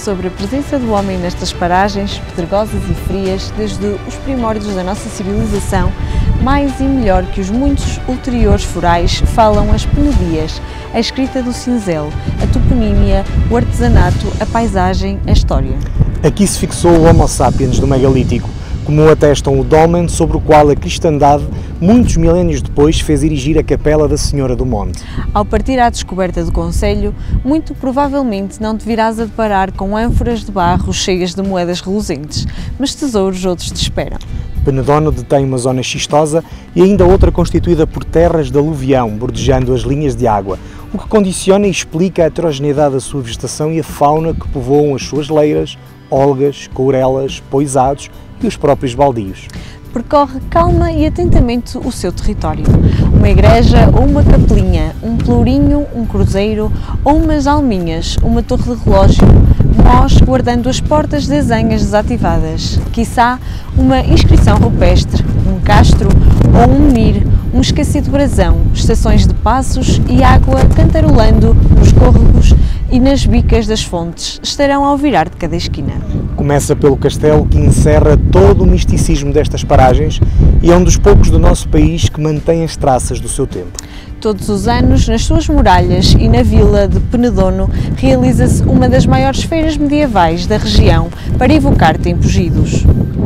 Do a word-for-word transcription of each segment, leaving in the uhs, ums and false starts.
sobre a presença do homem nestas paragens pedregosas e frias desde os primórdios da nossa civilização, mais e melhor que os muitos ulteriores forais falam as penedias, a escrita do cinzel, a toponímia, o artesanato, a paisagem, a história. Aqui se fixou o Homo sapiens do megalítico, como atestam o dolmen sobre o qual a cristandade, muitos milénios depois, fez erigir a capela da Senhora do Monte. Ao partir à descoberta do concelho, muito provavelmente não te virás a deparar com ânforas de barro cheias de moedas reluzentes, mas tesouros outros te esperam. Penedono detém uma zona xistosa e ainda outra constituída por terras de aluvião, bordejando as linhas de água, o que condiciona e explica a heterogeneidade da sua vegetação e a fauna que povoam as suas leiras, olgas, courelas, poisados e os próprios baldios. Percorre calma e atentamente o seu território. Uma igreja ou uma capelinha, um pelourinho, um cruzeiro ou umas alminhas, uma torre de relógio, nós guardando as portas desenhas desativadas, quiçá uma inscrição rupestre, um castro ou um menir, um esquecido brasão, estações de passos e água cantarolando nos córregos e nas bicas das fontes estarão ao virar de cada esquina. Começa pelo castelo que encerra todo o misticismo destas paragens e é um dos poucos do nosso país que mantém as traças do seu tempo. Todos os anos, nas suas muralhas e na vila de Penedono, realiza-se uma das maiores feiras medievais da região para evocar tempos idos.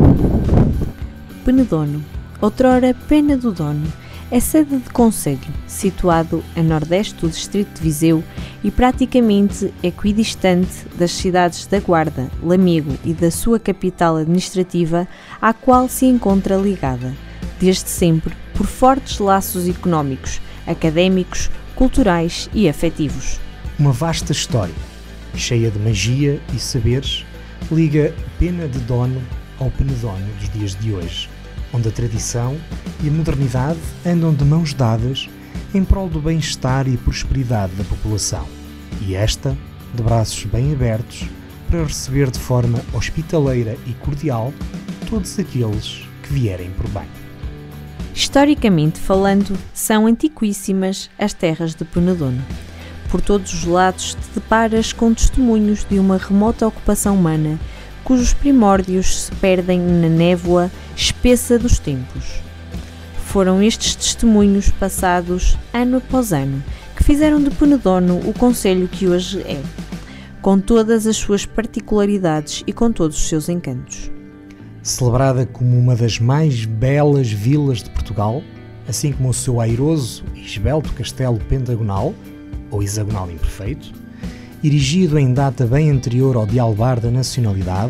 Penedono, outrora Pena do Dono, é sede de concelho, situado a nordeste do distrito de Viseu e praticamente equidistante das cidades da Guarda, Lamego e da sua capital administrativa, à qual se encontra ligada, desde sempre, por fortes laços económicos, académicos, culturais e afetivos. Uma vasta história, cheia de magia e saberes, liga Pena de Dono ao Penedono dos dias de hoje, onde a tradição e a modernidade andam de mãos dadas em prol do bem-estar e prosperidade da população, e esta de braços bem abertos para receber de forma hospitaleira e cordial todos aqueles que vierem por bem. Historicamente falando, são antiquíssimas as terras de Penedono. Por todos os lados te deparas com testemunhos de uma remota ocupação humana, cujos primórdios se perdem na névoa espessa dos tempos. Foram estes testemunhos passados ano após ano que fizeram de Penedono o concelho que hoje é, com todas as suas particularidades e com todos os seus encantos. Celebrada como uma das mais belas vilas de Portugal, assim como o seu airoso e esbelto castelo pentagonal, ou hexagonal imperfeito, erigido em data bem anterior ao de alvar da nacionalidade,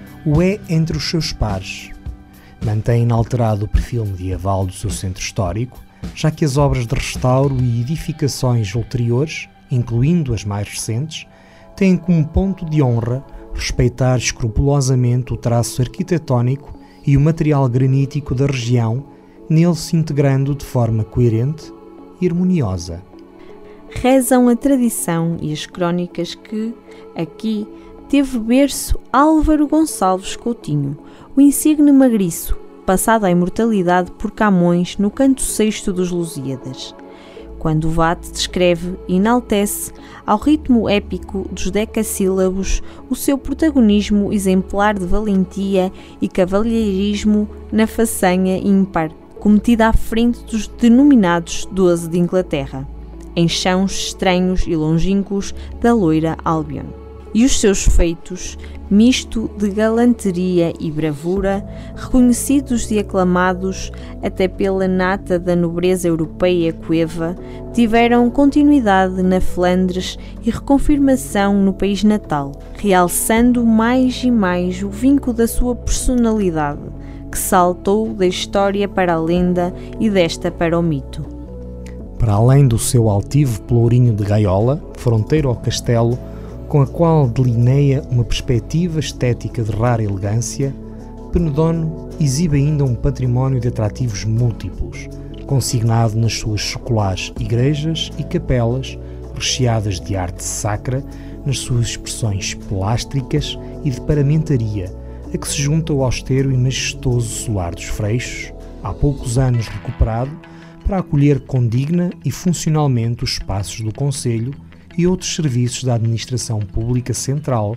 o é entre os seus pares. Mantém inalterado o perfil medieval do seu centro histórico, já que as obras de restauro e edificações ulteriores, incluindo as mais recentes, têm como ponto de honra respeitar escrupulosamente o traço arquitetónico e o material granítico da região, nele se integrando de forma coerente e harmoniosa. Rezam a tradição e as crónicas que, aqui, teve berço Álvaro Gonçalves Coutinho, o insigne magriço, passado à imortalidade por Camões no canto sexto dos Lusíadas, quando o Vate descreve e enaltece, ao ritmo épico dos decassílabos, o seu protagonismo exemplar de valentia e cavalheirismo na façanha ímpar, cometida à frente dos denominados Doze de Inglaterra, em chãos estranhos e longínquos da loira Albion. E os seus feitos, misto de galanteria e bravura, reconhecidos e aclamados até pela nata da nobreza europeia coeva, tiveram continuidade na Flandres e reconfirmação no país natal, realçando mais e mais o vinco da sua personalidade, que saltou da história para a lenda e desta para o mito. Para além do seu altivo pelourinho de gaiola, fronteiro ao castelo, com a qual delineia uma perspectiva estética de rara elegância, Penedono exibe ainda um património de atrativos múltiplos, consignado nas suas seculares igrejas e capelas, recheadas de arte sacra, nas suas expressões plástricas e de paramentaria, a que se junta o austero e majestoso solar dos Freixos, há poucos anos recuperado, para acolher condigna e funcionalmente os espaços do Concelho e outros serviços da administração pública central,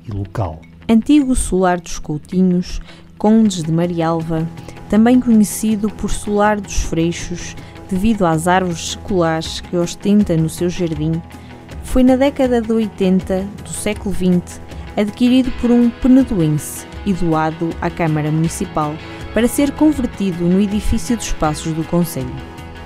e local. Antigo solar dos Coutinhos, condes de Marialva, também conhecido por solar dos Freixos, devido às árvores seculares que ostenta no seu jardim, foi na década de oitenta do século vinte adquirido por um penedoense e doado à Câmara Municipal para ser convertido no edifício dos Passos do Concelho.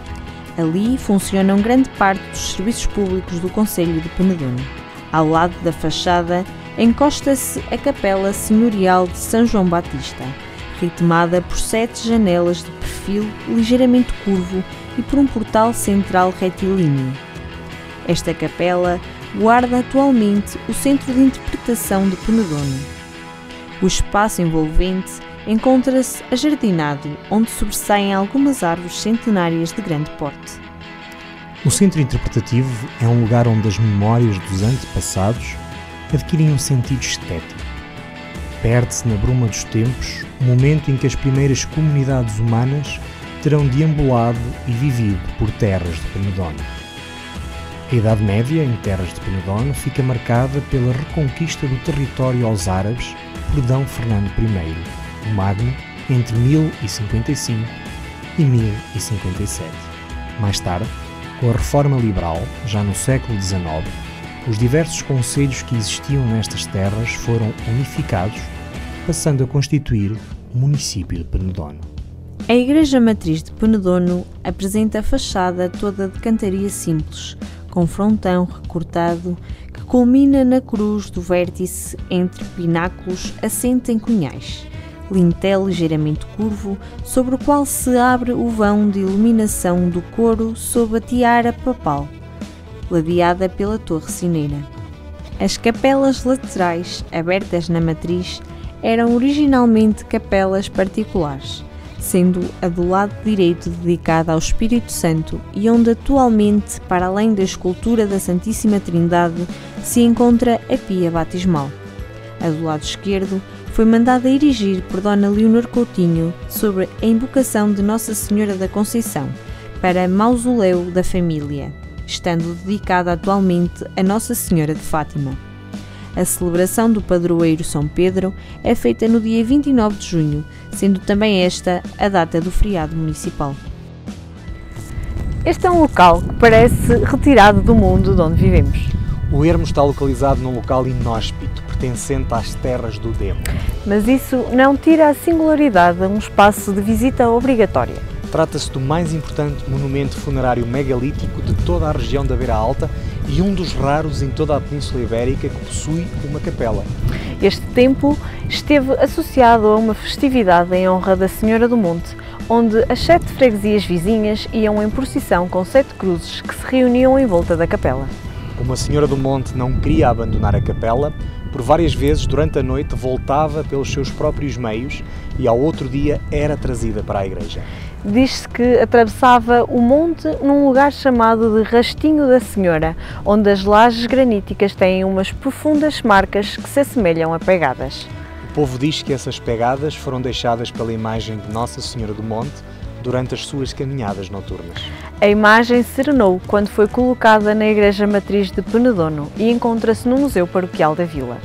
Ali funcionam grande parte dos serviços públicos do Concelho de Penedono. Ao lado da fachada encosta-se a Capela Senhorial de São João Batista, ritmada por sete janelas de perfil ligeiramente curvo e por um portal central retilíneo. Esta capela guarda atualmente o Centro de Interpretação de Penedono. O espaço envolvente encontra-se ajardinado, onde sobressaem algumas árvores centenárias de grande porte. O Centro Interpretativo é um lugar onde as memórias dos antepassados adquirem um sentido estético. Perde-se na bruma dos tempos o momento em que as primeiras comunidades humanas terão deambulado e vivido por terras de Penedono. A Idade Média, em terras de Penedono, fica marcada pela reconquista do território aos árabes por D. Fernando I, o Magno, entre mil e cinquenta e cinco e mil e cinquenta e sete. Mais tarde, com a Reforma Liberal, já no século dezenove, os diversos concelhos que existiam nestas terras foram unificados, passando a constituir o município de Penedono. A Igreja Matriz de Penedono apresenta a fachada toda de cantaria simples, com frontão recortado que culmina na cruz do vértice entre pináculos assente em cunhais, lintel ligeiramente curvo sobre o qual se abre o vão de iluminação do coro sob a tiara papal, ladeada pela torre sineira. As capelas laterais, abertas na matriz, eram originalmente capelas particulares, sendo a do lado direito dedicada ao Espírito Santo e onde atualmente, para além da escultura da Santíssima Trindade, se encontra a pia batismal. A do lado esquerdo foi mandada erigir por Dona Leonor Coutinho sobre a invocação de Nossa Senhora da Conceição, para mausoléu da família, estando dedicada atualmente a Nossa Senhora de Fátima. A celebração do padroeiro São Pedro é feita no dia vinte e nove de junho, sendo também esta a data do feriado municipal. Este é um local que parece retirado do mundo de onde vivemos. O ermo está localizado num local inóspito, pertencente às terras do Demo. Mas isso não tira a singularidade a um espaço de visita obrigatória. Trata-se do mais importante monumento funerário megalítico de toda a região da Beira Alta e um dos raros em toda a Península Ibérica que possui uma capela. Este templo esteve associado a uma festividade em honra da Senhora do Monte, onde as sete freguesias vizinhas iam em procissão com sete cruzes que se reuniam em volta da capela. Como a Senhora do Monte não queria abandonar a capela, por várias vezes durante a noite voltava pelos seus próprios meios e ao outro dia era trazida para a igreja. Diz-se que atravessava o monte num lugar chamado de Rastinho da Senhora, onde as lajes graníticas têm umas profundas marcas que se assemelham a pegadas. O povo diz que essas pegadas foram deixadas pela imagem de Nossa Senhora do Monte durante as suas caminhadas noturnas. A imagem serenou quando foi colocada na Igreja Matriz de Penedono e encontra-se no Museu Paroquial da Vila.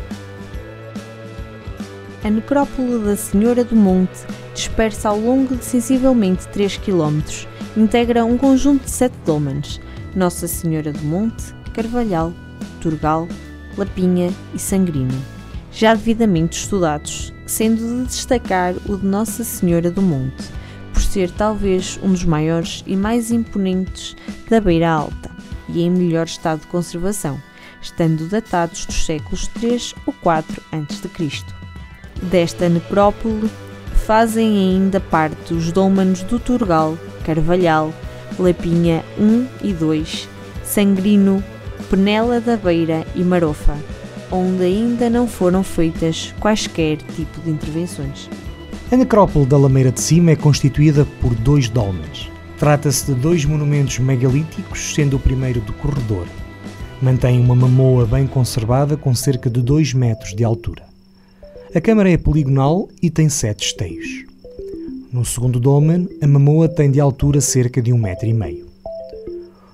A necrópole da Senhora do Monte, dispersa ao longo de sensivelmente três quilómetros, integra um conjunto de sete dólmenes: Nossa Senhora do Monte, Carvalhal, Turgal, Lapinha e Sangrino, já devidamente estudados, sendo de destacar o de Nossa Senhora do Monte, por ser talvez um dos maiores e mais imponentes da Beira Alta e em melhor estado de conservação, estando datados dos séculos três ou quatro antes de Cristo. Desta necrópole fazem ainda parte os dólmenes do Turgal, Carvalhal, Lapinha um e dois, Sangrino, Penela da Beira e Marofa, onde ainda não foram feitas quaisquer tipo de intervenções. A necrópole da Lameira de Cima é constituída por dois dólmenes. Trata-se de dois monumentos megalíticos, sendo o primeiro do corredor. Mantém uma mamoa bem conservada com cerca de dois metros de altura. A câmara é poligonal e tem sete esteios. No segundo dólmen, a mamoa tem de altura cerca de um metro e meio.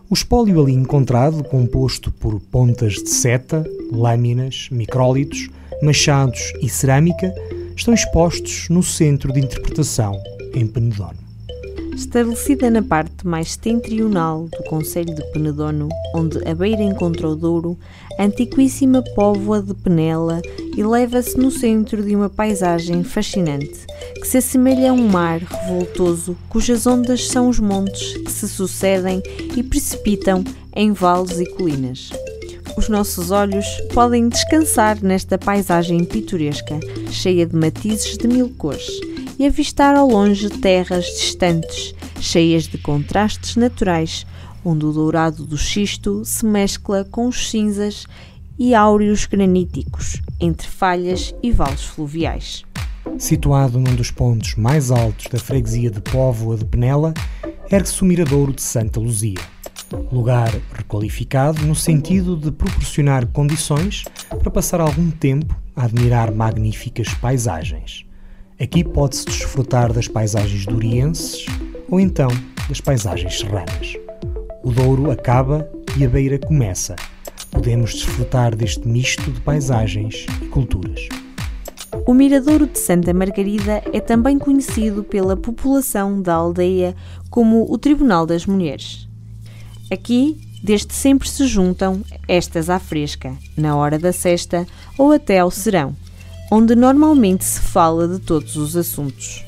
O espólio ali encontrado, composto por pontas de seta, lâminas, micrólitos, machados e cerâmica, estão expostos no centro de interpretação, em Penedono. Estabelecida na parte mais setentrional do concelho de Penedono, onde a beira encontrou Douro, a antiquíssima póvoa de Penela eleva-se no centro de uma paisagem fascinante, que se assemelha a um mar revoltoso, cujas ondas são os montes que se sucedem e precipitam em vales e colinas. Os nossos olhos podem descansar nesta paisagem pitoresca, cheia de matizes de mil cores, e avistar ao longe terras distantes, cheias de contrastes naturais, onde o dourado do xisto se mescla com os cinzas e áureos graníticos, entre falhas e vales fluviais. Situado num dos pontos mais altos da freguesia de Póvoa de Penela, ergue-se o Miradouro de Santa Luzia, lugar requalificado no sentido de proporcionar condições para passar algum tempo a admirar magníficas paisagens. Aqui pode-se desfrutar das paisagens dourienses ou então das paisagens serranas. O Douro acaba e a beira começa. Podemos desfrutar deste misto de paisagens e culturas. O Miradouro de Santa Margarida é também conhecido pela população da aldeia como o Tribunal das Mulheres. Aqui, desde sempre se juntam estas à fresca, na hora da sesta ou até ao serão, onde normalmente se fala de todos os assuntos.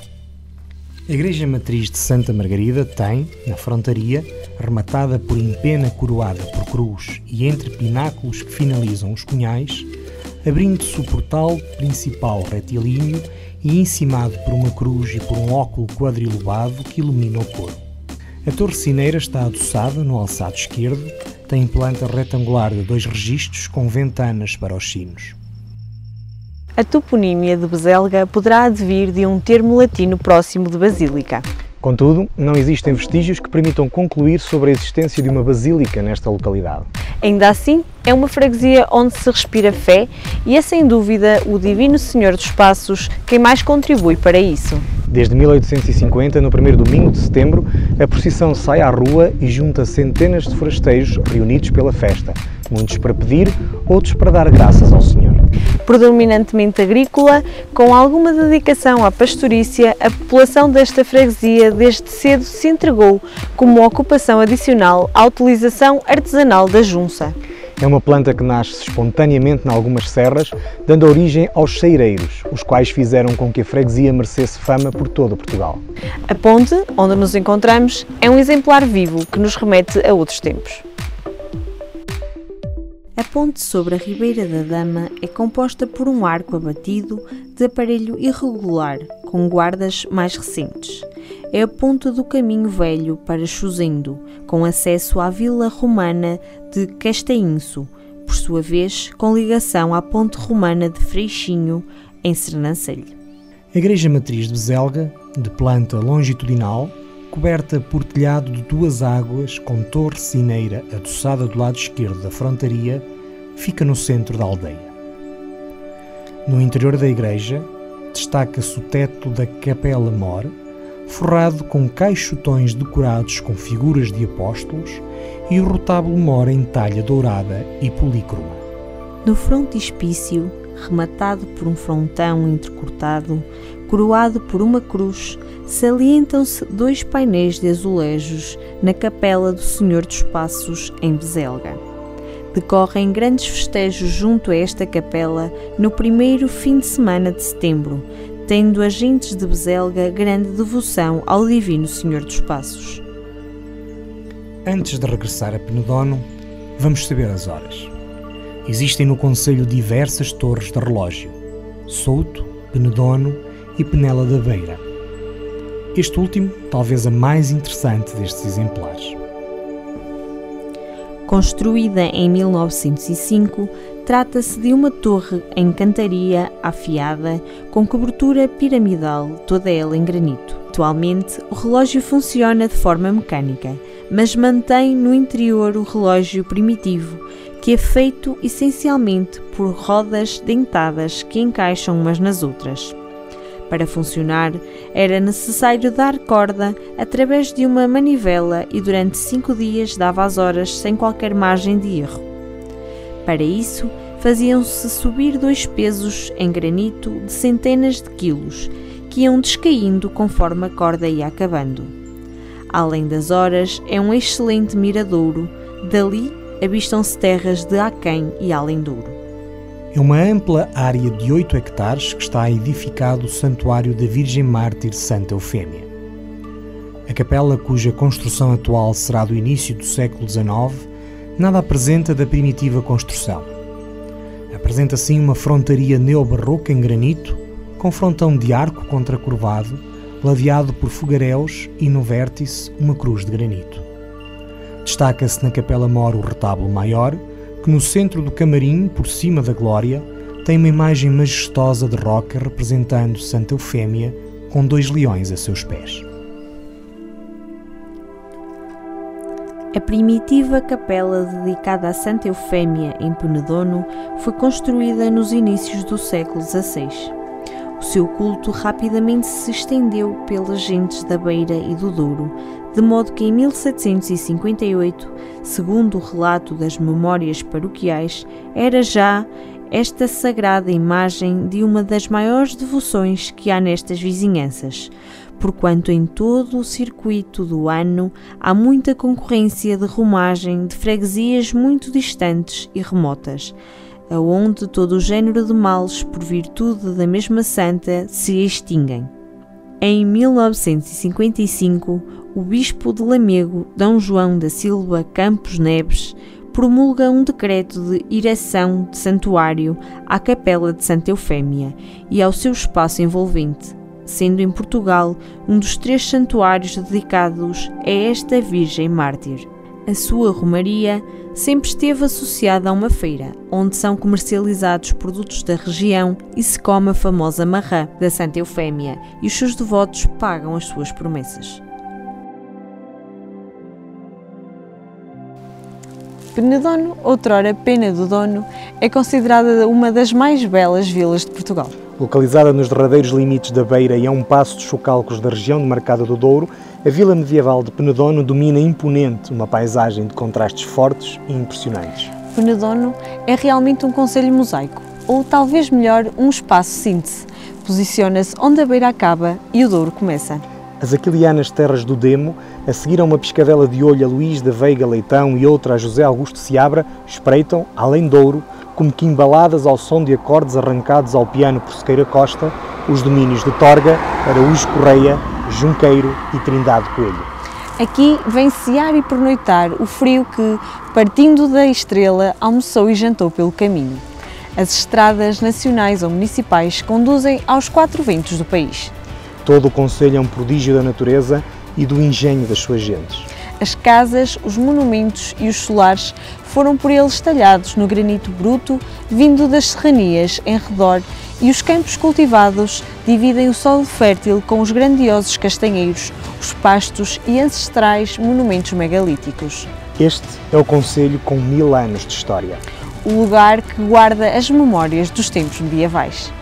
A Igreja Matriz de Santa Margarida tem, na frontaria, rematada por empena coroada por cruz e entre pináculos que finalizam os cunhais, abrindo-se o portal principal retilíneo e encimado por uma cruz e por um óculo quadrilobado que ilumina o coro. A torre cineira está adoçada no alçado esquerdo, tem planta retangular de dois registros com ventanas para os sinos. A toponímia de Bezelga poderá advir de um termo latino próximo de basílica. Contudo, não existem vestígios que permitam concluir sobre a existência de uma basílica nesta localidade. Ainda assim, é uma freguesia onde se respira fé e é sem dúvida o Divino Senhor dos Passos quem mais contribui para isso. Desde mil oitocentos e cinquenta, no primeiro domingo de setembro, a procissão sai à rua e junta centenas de forasteiros reunidos pela festa, muitos para pedir, outros para dar graças ao Senhor. Predominantemente agrícola, com alguma dedicação à pastorícia, a população desta freguesia desde cedo se entregou como ocupação adicional à utilização artesanal da junça. É uma planta que nasce espontaneamente em algumas serras, dando origem aos cheireiros, os quais fizeram com que a freguesia merecesse fama por todo Portugal. A ponte, onde nos encontramos, é um exemplar vivo que nos remete a outros tempos. A ponte sobre a Ribeira da Dama é composta por um arco abatido de aparelho irregular, com guardas mais recentes. É a ponte do Caminho Velho para Chuzendo, com acesso à vila romana de Castainço, por sua vez com ligação à ponte romana de Freixinho, em Sernancelho. A Igreja Matriz de Bezelga, de planta longitudinal, coberta por telhado de duas águas com torre cineira adoçada do lado esquerdo da frontaria, fica no centro da aldeia. No interior da igreja, destaca-se o teto da Capela Mor, forrado com caixotões decorados com figuras de apóstolos e o retábulo mor em talha dourada e polícroma. No frontispício, rematado por um frontão entrecortado, coroado por uma cruz, salientam-se dois painéis de azulejos na capela do Senhor dos Passos, em Bezelga. Decorrem grandes festejos junto a esta capela no primeiro fim de semana de setembro, tendo agentes de Bezelga grande devoção ao Divino Senhor dos Passos. Antes de regressar a Penedono, vamos saber as horas. Existem no concelho diversas torres de relógio: Souto, Penedono e Penela da Beira. Este último, talvez a mais interessante destes exemplares. Construída em mil novecentos e cinco, trata-se de uma torre em cantaria afiada, com cobertura piramidal, toda ela em granito. Atualmente, o relógio funciona de forma mecânica, mas mantém no interior o relógio primitivo, que é feito essencialmente por rodas dentadas que encaixam umas nas outras. Para funcionar, era necessário dar corda através de uma manivela e durante cinco dias dava as horas sem qualquer margem de erro. Para isso, faziam-se subir dois pesos em granito de centenas de quilos, que iam descaindo conforme a corda ia acabando. Além das horas, é um excelente miradouro, dali avistam-se terras de Aquém e Alendouro. É uma ampla área de oito hectares que está edificado o Santuário da Virgem Mártir Santa Eufémia. A capela, cuja construção atual será do início do século dezenove, nada apresenta da primitiva construção. Apresenta sim uma frontaria neobarroca em granito, com frontão de arco contracurvado, ladeado por fogaréus e no vértice uma cruz de granito. Destaca-se na capela-mor o retábulo maior, que no centro do camarim, por cima da glória, tem uma imagem majestosa de roca representando Santa Eufémia com dois leões a seus pés. A primitiva capela dedicada a Santa Eufémia em Penedono foi construída nos inícios do século dezasseis. O seu culto rapidamente se estendeu pelas gentes da Beira e do Douro, de modo que em mil setecentos e cinquenta e oito, segundo o relato das memórias paroquiais, era já esta sagrada imagem de uma das maiores devoções que há nestas vizinhanças, porquanto em todo o circuito do ano há muita concorrência de romagem de freguesias muito distantes e remotas, aonde todo o género de males, por virtude da mesma santa, se extinguem. Em mil novecentos e cinquenta e cinco, o bispo de Lamego, D. João da Silva Campos Neves, promulga um decreto de ereção de santuário à capela de Santa Eufémia e ao seu espaço envolvente, sendo em Portugal um dos três santuários dedicados a esta Virgem Mártir. A sua romaria sempre esteve associada a uma feira, onde são comercializados produtos da região e se come a famosa marrã da Santa Eufémia, e os seus devotos pagam as suas promessas. Penedono, outrora Pena do Dono, é considerada uma das mais belas vilas de Portugal. Localizada nos derradeiros limites da Beira e a um passo dos chocalcos da região de Marcada do Douro, a vila medieval de Penedono domina imponente uma paisagem de contrastes fortes e impressionantes. Penedono é realmente um concelho mosaico, ou talvez melhor, um espaço síntese. Posiciona-se onde a Beira acaba e o Douro começa. As aquilianas terras do Demo, a seguir a uma piscadela de olho a Luís da Veiga Leitão e outra a José Augusto Seabra, espreitam, além Douro, como que embaladas ao som de acordes arrancados ao piano por Sequeira Costa, os domínios de Torga, Araújo Correia, Junqueiro e Trindade Coelho. Aqui vem cear e pernoitar o frio que, partindo da Estrela, almoçou e jantou pelo caminho. As estradas nacionais ou municipais conduzem aos quatro ventos do país. Todo o concelho é um prodígio da natureza e do engenho das suas gentes. As casas, os monumentos e os solares foram por eles talhados no granito bruto, vindo das serranias em redor, e os campos cultivados dividem o solo fértil com os grandiosos castanheiros, os pastos e ancestrais monumentos megalíticos. Este é o concelho com mil anos de história. O lugar que guarda as memórias dos tempos medievais.